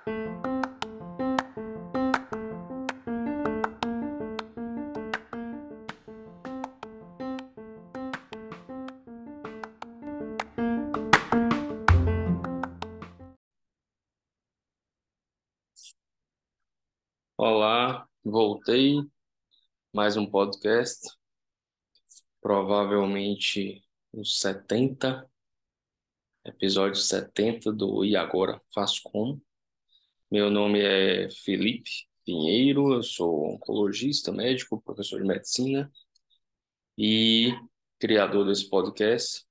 Olá, voltei, mais um podcast, provavelmente os 70, episódio 70 do E Agora Faço Como. Meu nome é Felipe Pinheiro, eu sou oncologista, médico, professor de medicina e criador desse podcast.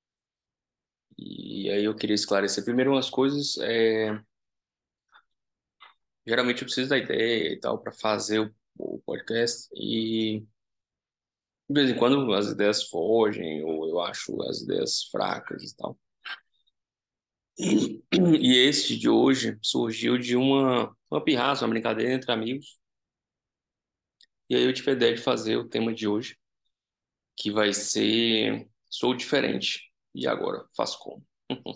E aí eu queria esclarecer primeiro umas coisas. Geralmente eu preciso da ideia e tal para fazer o podcast e de vez em quando as ideias fogem ou eu acho as ideias fracas e tal. E esse de hoje surgiu de uma pirraça, uma brincadeira entre amigos. E aí eu tive a ideia de fazer o tema de hoje, que vai ser Sou Diferente. E agora? Faço como?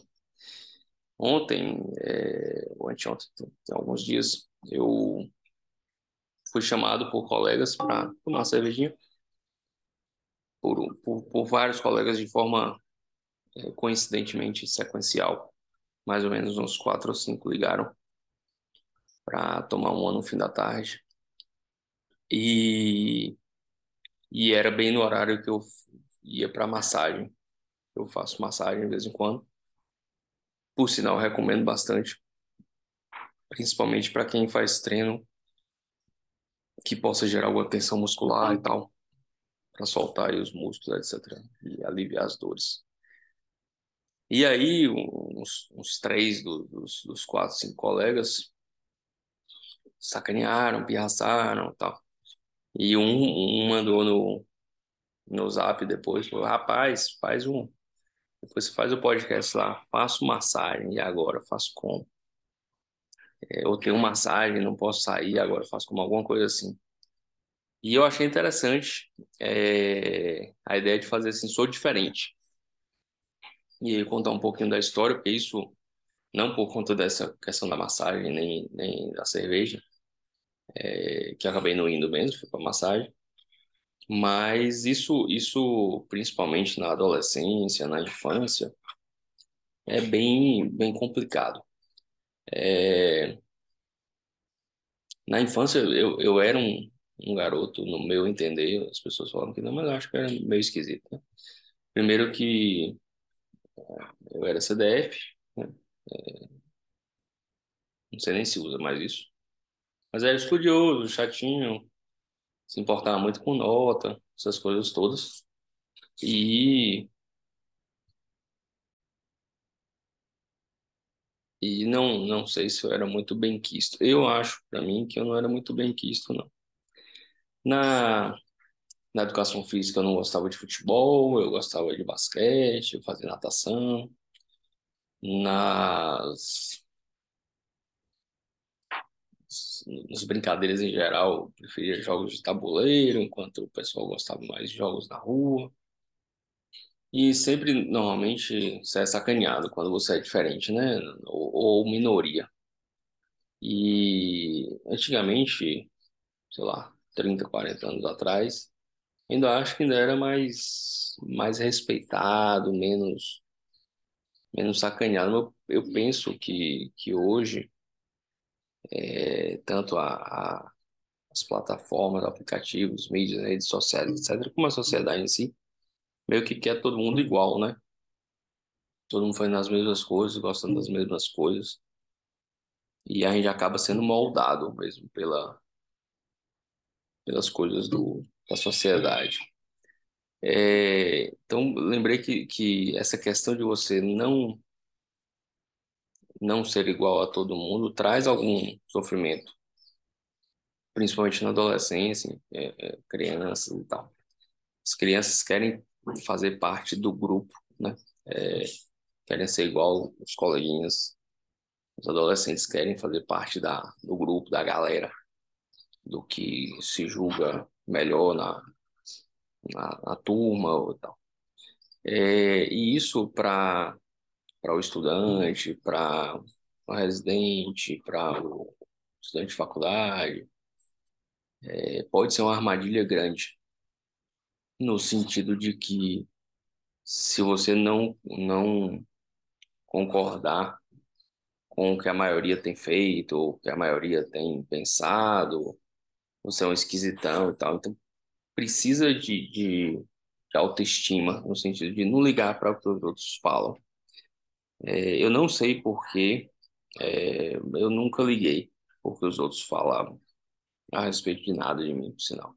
Ontem, ou anteontem, tem alguns dias, eu fui chamado por colegas para tomar uma cervejinha, por vários colegas de forma coincidentemente sequencial. Mais ou menos uns quatro ou cinco ligaram para tomar uma no fim da tarde. E E era bem no horário que eu ia para massagem. Eu faço massagem de vez em quando. Por sinal, recomendo bastante, principalmente para quem faz treino que possa gerar alguma tensão muscular e tal, para soltar aí os músculos, etc. E aliviar as dores. E aí, uns três dos quatro, cinco colegas sacanearam, pirraçaram e tal. E um mandou no zap depois, falou, rapaz, depois você faz o podcast lá, faço massagem, e agora? Faço como? Eu tenho massagem, não posso sair, agora faço como alguma coisa assim. E eu achei interessante a ideia de fazer assim, sou diferente. E aí contar um pouquinho da história, porque isso, não por conta dessa questão da massagem, nem da cerveja, que eu acabei não indo mesmo, fui para massagem, mas isso principalmente na adolescência, na infância, é bem complicado. É, Na infância, eu era um garoto, no meu entender, as pessoas falam que não, mas eu acho que era meio esquisito, né? Primeiro que eu era CDF, né? Não sei nem se usa mais isso, mas era estudioso, chatinho, se importava muito com nota, essas coisas todas. E, e não sei se eu era muito benquisto. Eu acho, para mim, que eu não era muito benquisto, não. Na, na educação física eu não gostava de futebol, eu gostava de basquete, eu fazia natação. Nas nas brincadeiras em geral, eu preferia jogos de tabuleiro, enquanto o pessoal gostava mais de jogos na rua. E sempre, normalmente, você é sacaneado quando você é diferente, né? Ou minoria. E antigamente, sei lá, 30 40 anos atrás, ainda acho que ainda era mais respeitado, menos sacaneado. Eu penso que hoje, tanto as plataformas, aplicativos, mídias, redes sociais, etc., como a sociedade em si, meio que quer todo mundo igual, né? Todo mundo fazendo as mesmas coisas, gostando das mesmas coisas, e a gente acaba sendo moldado mesmo pelas coisas da sociedade. Então, lembrei que essa questão de você não ser igual a todo mundo traz algum sofrimento, principalmente na adolescência, crianças e tal. As crianças querem fazer parte do grupo, né? É, querem ser igual os coleguinhas. Os adolescentes querem fazer parte do grupo, da galera, do que se julga melhor na turma ou tal. E isso para o estudante, para o residente, para o estudante de faculdade, pode ser uma armadilha grande, no sentido de que se você não concordar com o que a maioria tem feito, ou o que a maioria tem pensado, você é um esquisitão e tal. Então, precisa de autoestima, no sentido de não ligar para o que os outros falam. Eu não sei por quê, eu nunca liguei porque os outros falavam a respeito de nada de mim, por sinal.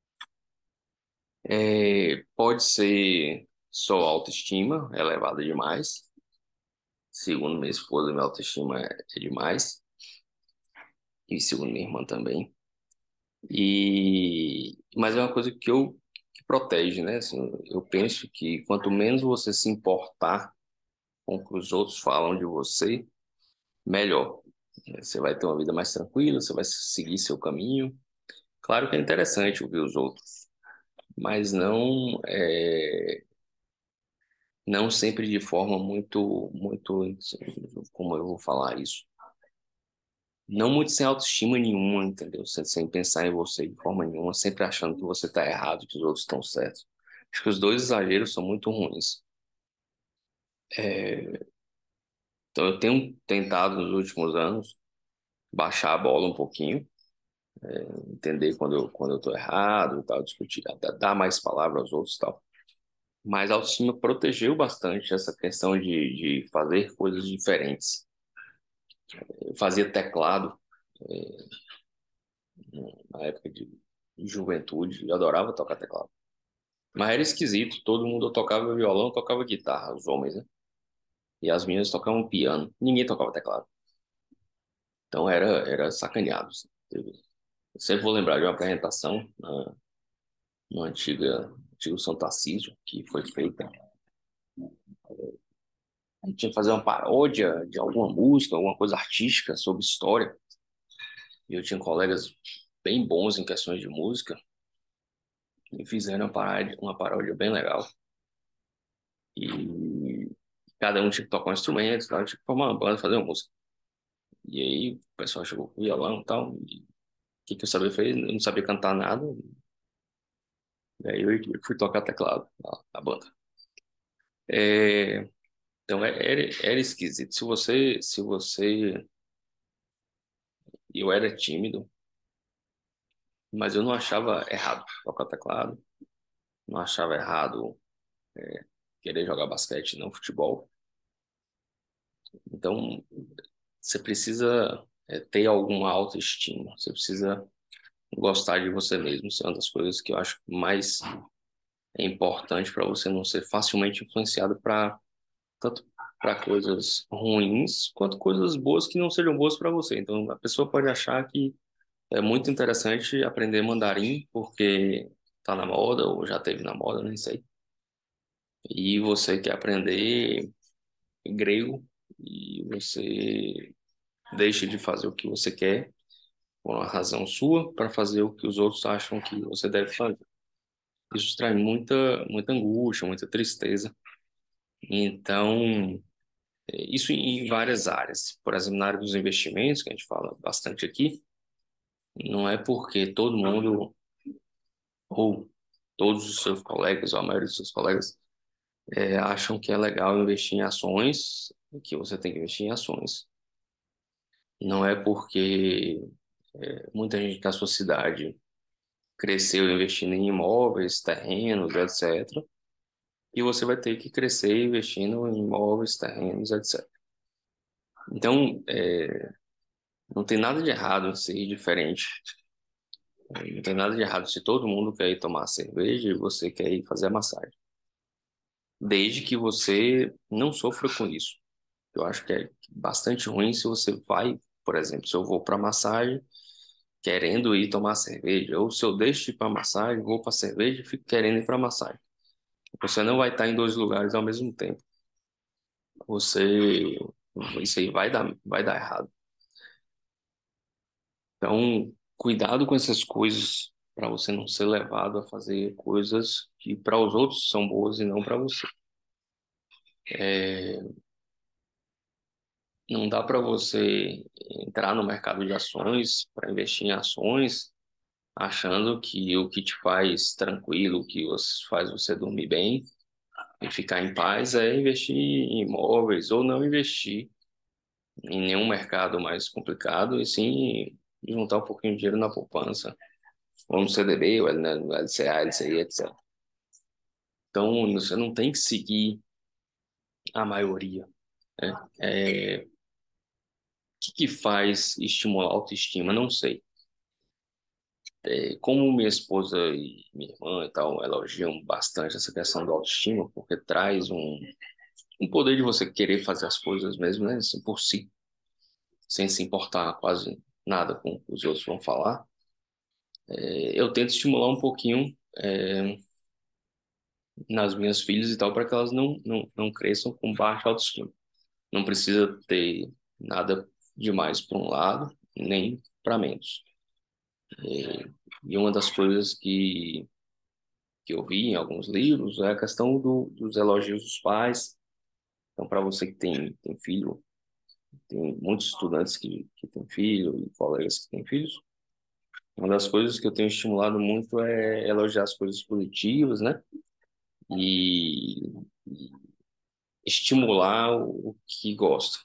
Pode ser só autoestima elevada demais. Segundo minha esposa, minha autoestima é demais. E segundo minha irmã também. Mas é uma coisa que protege, né? Assim, eu penso que quanto menos você se importar com o que os outros falam de você, melhor. Você vai ter uma vida mais tranquila, você vai seguir seu caminho. Claro que é interessante ouvir os outros, mas não sempre de forma muito, como eu vou falar isso, não muito sem autoestima nenhuma, entendeu? Sem pensar em você de forma nenhuma, sempre achando que você está errado, que os outros estão certos. Acho que os dois exageros são muito ruins. É, então eu tenho tentado nos últimos anos baixar a bola um pouquinho, entender quando eu tô errado e tal, discutir, dar mais palavra aos outros e tal. Mas a autoestima protegeu bastante essa questão de fazer coisas diferentes. Eu fazia teclado na época de juventude, eu adorava tocar teclado. Mas era esquisito, todo mundo tocava violão, tocava guitarra, os homens, né? E as meninas tocavam piano, ninguém tocava teclado. Então era sacaneado, assim. Eu sempre vou lembrar de uma apresentação no antigo São Tarcísio, que foi feita. A gente tinha que fazer uma paródia de alguma música, alguma coisa artística sobre história. E eu tinha colegas bem bons em questões de música e fizeram uma paródia bem legal. E cada um tinha que tocar um instrumento, tal, tinha que formar uma banda, fazer uma música. E aí o pessoal chegou com violão e tal. E o que eu sabia fazer? Eu não sabia cantar nada. E aí eu fui tocar teclado na banda. É, então era esquisito. Se você. Eu era tímido, mas eu não achava errado tocar teclado, não achava errado querer jogar basquete, não futebol. Então você precisa ter alguma autoestima, você precisa gostar de você mesmo. Isso é uma das coisas que eu acho mais importante para você não ser facilmente influenciado para tanto para coisas ruins quanto coisas boas que não sejam boas para você. Então a pessoa pode achar que é muito interessante aprender mandarim porque tá na moda ou já teve na moda, nem sei. E você quer aprender grego e você deixa de fazer o que você quer por uma razão sua para fazer o que os outros acham que você deve fazer. Isso traz muita angústia, muita tristeza. Então, isso em várias áreas. Por exemplo, na área dos investimentos, que a gente fala bastante aqui, não é porque todo mundo, ou todos os seus colegas, ou a maioria dos seus colegas, acham que é legal investir em ações, que você tem que investir em ações. Não é porque muita gente da sua cidade cresceu investindo em imóveis, terrenos, etc., e você vai ter que crescer investindo em imóveis, terrenos, etc. Então, não tem nada de errado em ser diferente. Não tem nada de errado se todo mundo quer ir tomar cerveja e você quer ir fazer a massagem. Desde que você não sofra com isso. Eu acho que é bastante ruim se você vai, por exemplo, se eu vou para massagem querendo ir tomar cerveja, ou se eu deixo de ir para massagem, vou para cerveja e fico querendo ir para massagem. Você não vai estar em dois lugares ao mesmo tempo. Você, isso aí vai dar errado. Então, cuidado com essas coisas para você não ser levado a fazer coisas que para os outros são boas e não para você. É, não dá para você entrar no mercado de ações para investir em ações achando que o que te faz tranquilo, o que faz você dormir bem e ficar em paz é investir em imóveis ou não investir em nenhum mercado mais complicado e sim juntar um pouquinho de dinheiro na poupança, ou no CDB, ou no LCA, LCI, etc. Então, você não tem que seguir a maioria, né? O que faz estimular a autoestima? Não sei. Como minha esposa e minha irmã e tal elogiam bastante essa questão da autoestima, porque traz um poder de você querer fazer as coisas mesmo, né? Assim, por si, sem se importar quase nada com o que os outros vão falar. Eu tento estimular um pouquinho nas minhas filhas e tal, para que elas não cresçam com baixa autoestima. Não precisa ter nada demais para um lado, nem para menos. E uma das coisas que eu vi em alguns livros é a questão dos elogios dos pais. Então, para você que tem filho, tem muitos estudantes que têm filho e colegas que têm filhos, uma das coisas que eu tenho estimulado muito é elogiar as coisas positivas, né? E estimular o que gosta.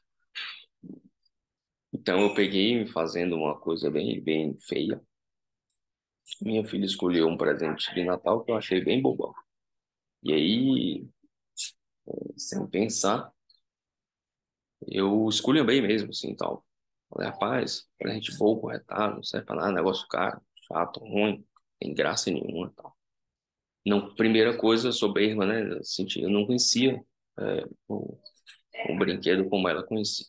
Então eu peguei fazendo uma coisa bem feia. Minha filha escolheu um presente de Natal que eu achei bem bobão. E aí, sem pensar, eu escolhi bem mesmo, assim, tal. Falei, rapaz, presente bobo, retado, não serve pra nada, negócio caro, chato, ruim, tem graça nenhuma, tal. Não, primeira coisa, soberba, né? Assim, eu não conhecia o brinquedo como ela conhecia.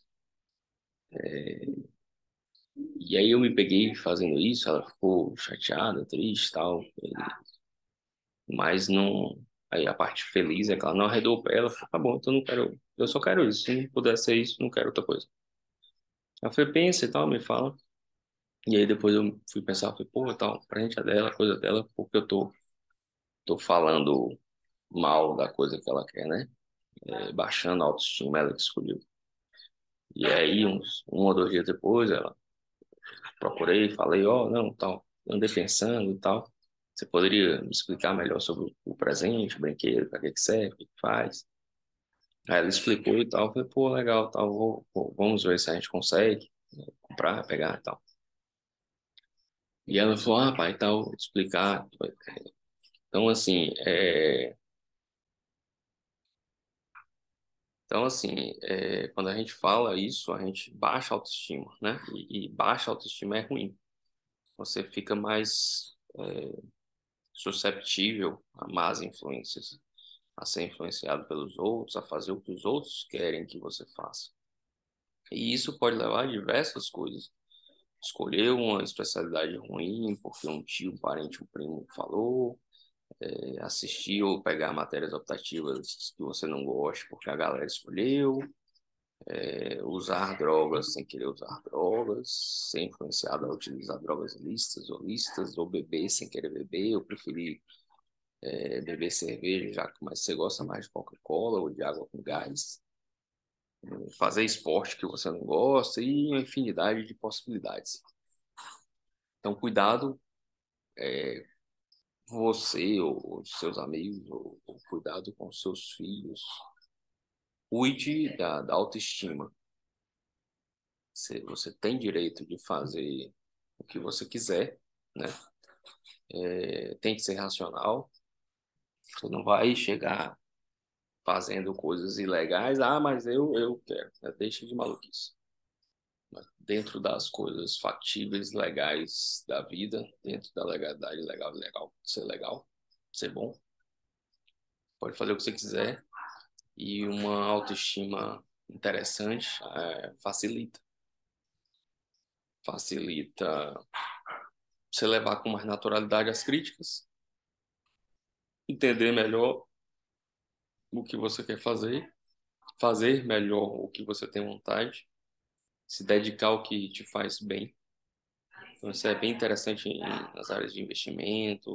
E aí eu me peguei fazendo isso, ela ficou chateada, triste, tal. Mas não. Aí a parte feliz é que ela não arredou o pé, ela falou, tá bom, então eu não quero. Eu só quero isso. Se não puder ser isso, não quero outra coisa. Ela foi, pensa e tal, me fala. E aí depois eu fui pensar, falei, pô, tal, presente é dela, coisa dela, porque eu tô falando mal da coisa que ela quer, né? Baixando a autoestima, ela que escolheu. E aí, um ou dois dias depois, ela procurei, falei, ó, não, tal, andei pensando e tal. Você poderia me explicar melhor sobre o presente, o brinquedo, para que serve, o que faz? Aí ela explicou e tal, falei, pô, legal, tal, vamos ver se a gente consegue comprar, pegar e tal. E ela falou, ah, pai, tal, explicar. Então, assim, quando a gente fala isso, a gente baixa a autoestima, né? E baixa a autoestima é ruim. Você fica mais susceptível a más influências, a ser influenciado pelos outros, a fazer o que os outros querem que você faça. E isso pode levar a diversas coisas. Escolher uma especialidade ruim porque um tio, um parente, um primo falou, assistir ou pegar matérias optativas que você não goste porque a galera escolheu, usar drogas sem querer usar drogas, ser influenciado a utilizar drogas lícitas, ou beber sem querer beber, ou preferir beber cerveja, já que mas você gosta mais de Coca-Cola ou de água com gás, fazer esporte que você não gosta e uma infinidade de possibilidades. Então, cuidado, você ou seus amigos, ou cuidado com seus filhos. Cuide da autoestima. Você tem direito de fazer o que você quiser, né? Tem que ser racional. Você não vai chegar fazendo coisas ilegais. Ah, mas eu quero. Deixa de maluquice. Dentro das coisas factíveis, legais da vida, dentro da legalidade legal, ser bom, pode fazer o que você quiser e uma autoestima interessante facilita você levar com mais naturalidade as críticas, entender melhor o que você quer fazer melhor o que você tem vontade, se dedicar ao que te faz bem. Então, isso é bem interessante nas áreas de investimento.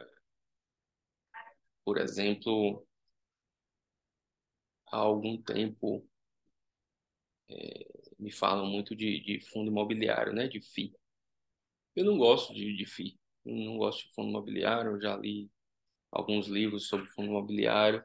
Por exemplo, há algum tempo Me falam muito de fundo imobiliário, né? De FI. Eu não gosto de FI. Eu não gosto de fundo imobiliário. Eu já li alguns livros sobre fundo imobiliário.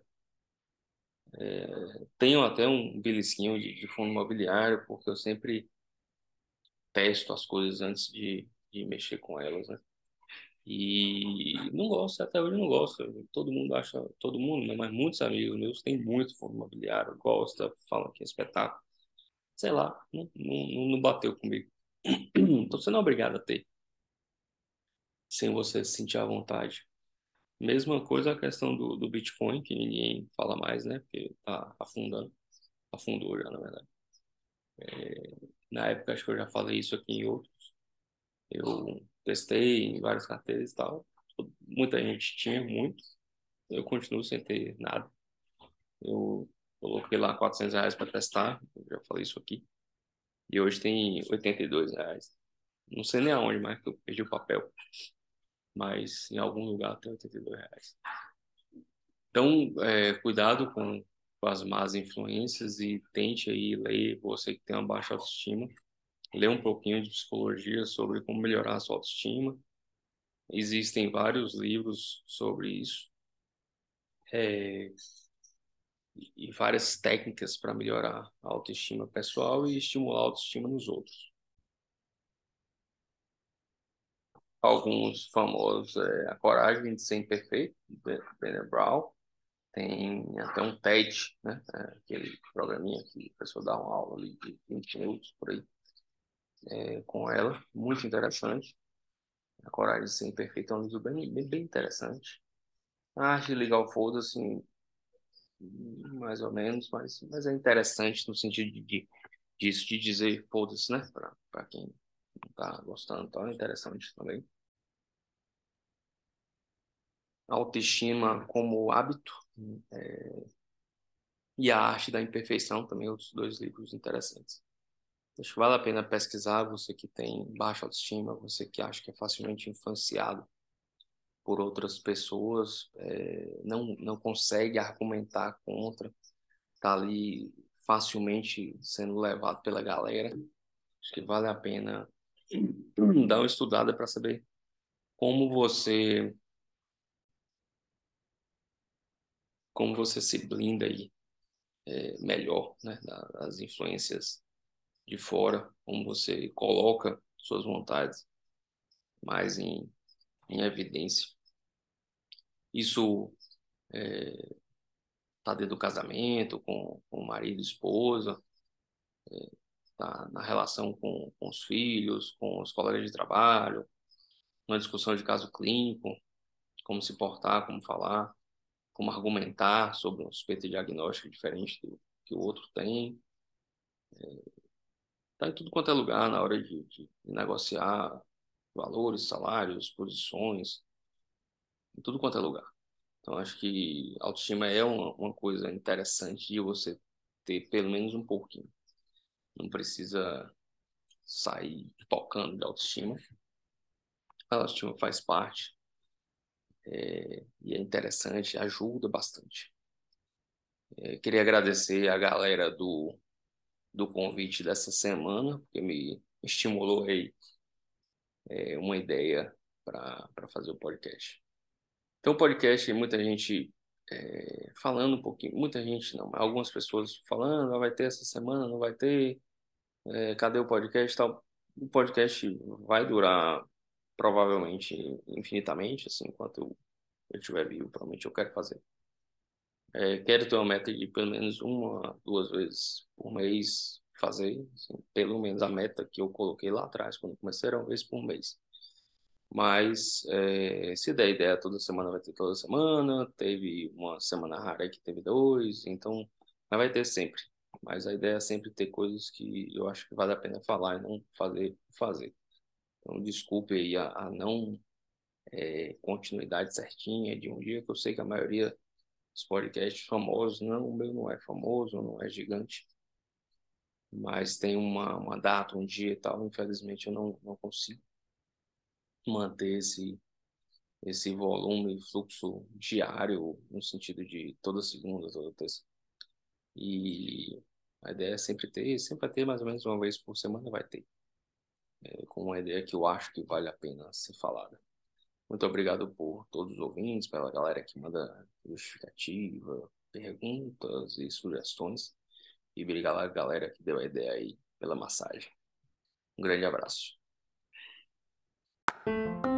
Tenho até um belisquinho de fundo imobiliário, porque eu sempre testo as coisas antes de mexer com elas, né? E não gosto, até hoje não gosto. Todo mundo acha, todo mundo, né? Mas muitos amigos meus têm muito fundo imobiliário, gosta, falam que é espetáculo. Sei lá, não bateu comigo. Então você não é obrigado a ter, sem você se sentir à vontade. Mesma coisa a questão do Bitcoin, que ninguém fala mais, né? Porque tá afundando, afundou já, na verdade. Na época, acho que eu já falei isso aqui em outros. Eu testei em várias carteiras e tal. Muita gente tinha muito. Eu continuo sem ter nada. Eu coloquei lá R$ 400 para testar. Eu já falei isso aqui. E hoje tem R$ 82. Não sei nem aonde mais que eu perdi o papel. Mas em algum lugar tem R$ 82. Então, cuidado com as más influências e tente aí ler, você que tem uma baixa autoestima, ler um pouquinho de psicologia sobre como melhorar a sua autoestima. Existem vários livros sobre isso, é, e várias técnicas para melhorar a autoestima pessoal e estimular a autoestima nos outros. Alguns famosos, A Coragem de Ser Imperfeito, de Brené Brown. Tem até um TED, né? Aquele programinha que a pessoa dá uma aula ali de 20 minutos por aí, com ela. Muito interessante. A Coragem de Ser Imperfeito é um livro bem interessante. A Arte de Ligar o Foda-se, assim, mais ou menos, mas é interessante no sentido disso, de dizer foda-se, né? Para quem não tá gostando, então é interessante também. Autoestima como hábito, e a arte da imperfeição também, outros dois livros interessantes. Acho que vale a pena pesquisar, você que tem baixa autoestima, você que acha que é facilmente influenciado por outras pessoas, não consegue argumentar contra, tá ali facilmente sendo levado pela galera. Acho que vale a pena dar uma estudada para saber como você, como você se blinda aí, melhor, né, das influências de fora, como você coloca suas vontades mais em evidência. Isso tá dentro do casamento, com o marido e esposa, tá na relação com os filhos, com os colegas de trabalho, uma discussão de caso clínico, como se portar, como falar, como argumentar sobre um suspeito diagnóstico diferente do que o outro tem. Tá em tudo quanto é lugar na hora de negociar valores, salários, posições, em tudo quanto é lugar. Então, acho que autoestima é uma coisa interessante de você ter pelo menos um pouquinho. Não precisa sair tocando de autoestima. A autoestima faz parte, e é interessante, ajuda bastante. Queria agradecer a galera do convite dessa semana, porque me estimulou aí, uma ideia para fazer o podcast. Então, o podcast, muita gente falando um pouquinho, muita gente não, mas algumas pessoas falando, vai ter essa semana, não vai ter, cadê o podcast e tal. O podcast vai durar provavelmente infinitamente, assim, enquanto eu estiver vivo, provavelmente eu quero fazer. Quero ter uma meta de pelo menos uma, duas vezes por mês fazer, assim, pelo menos a meta que eu coloquei lá atrás, quando comecei era uma vez por mês. Mas se der ideia, toda semana vai ter toda semana. Teve uma semana rara aí que teve dois, então mas vai ter sempre. Mas a ideia é sempre ter coisas que eu acho que vale a pena falar e não fazer por fazer. Então, desculpe aí a não continuidade certinha de um dia, que eu sei que a maioria dos podcasts famosos, não, o meu não é famoso, não é gigante, mas tem uma data, um dia e tal. Infelizmente, eu não consigo manter esse volume, fluxo diário, no sentido de toda segunda, toda terça. E A ideia é sempre vai ter mais ou menos uma vez por semana vai ter. Com uma ideia que eu acho que vale a pena ser falada. Muito obrigado por todos os ouvintes, pela galera que manda justificativa, perguntas e sugestões. E obrigado à galera que deu a ideia aí pela massagem. Um grande abraço.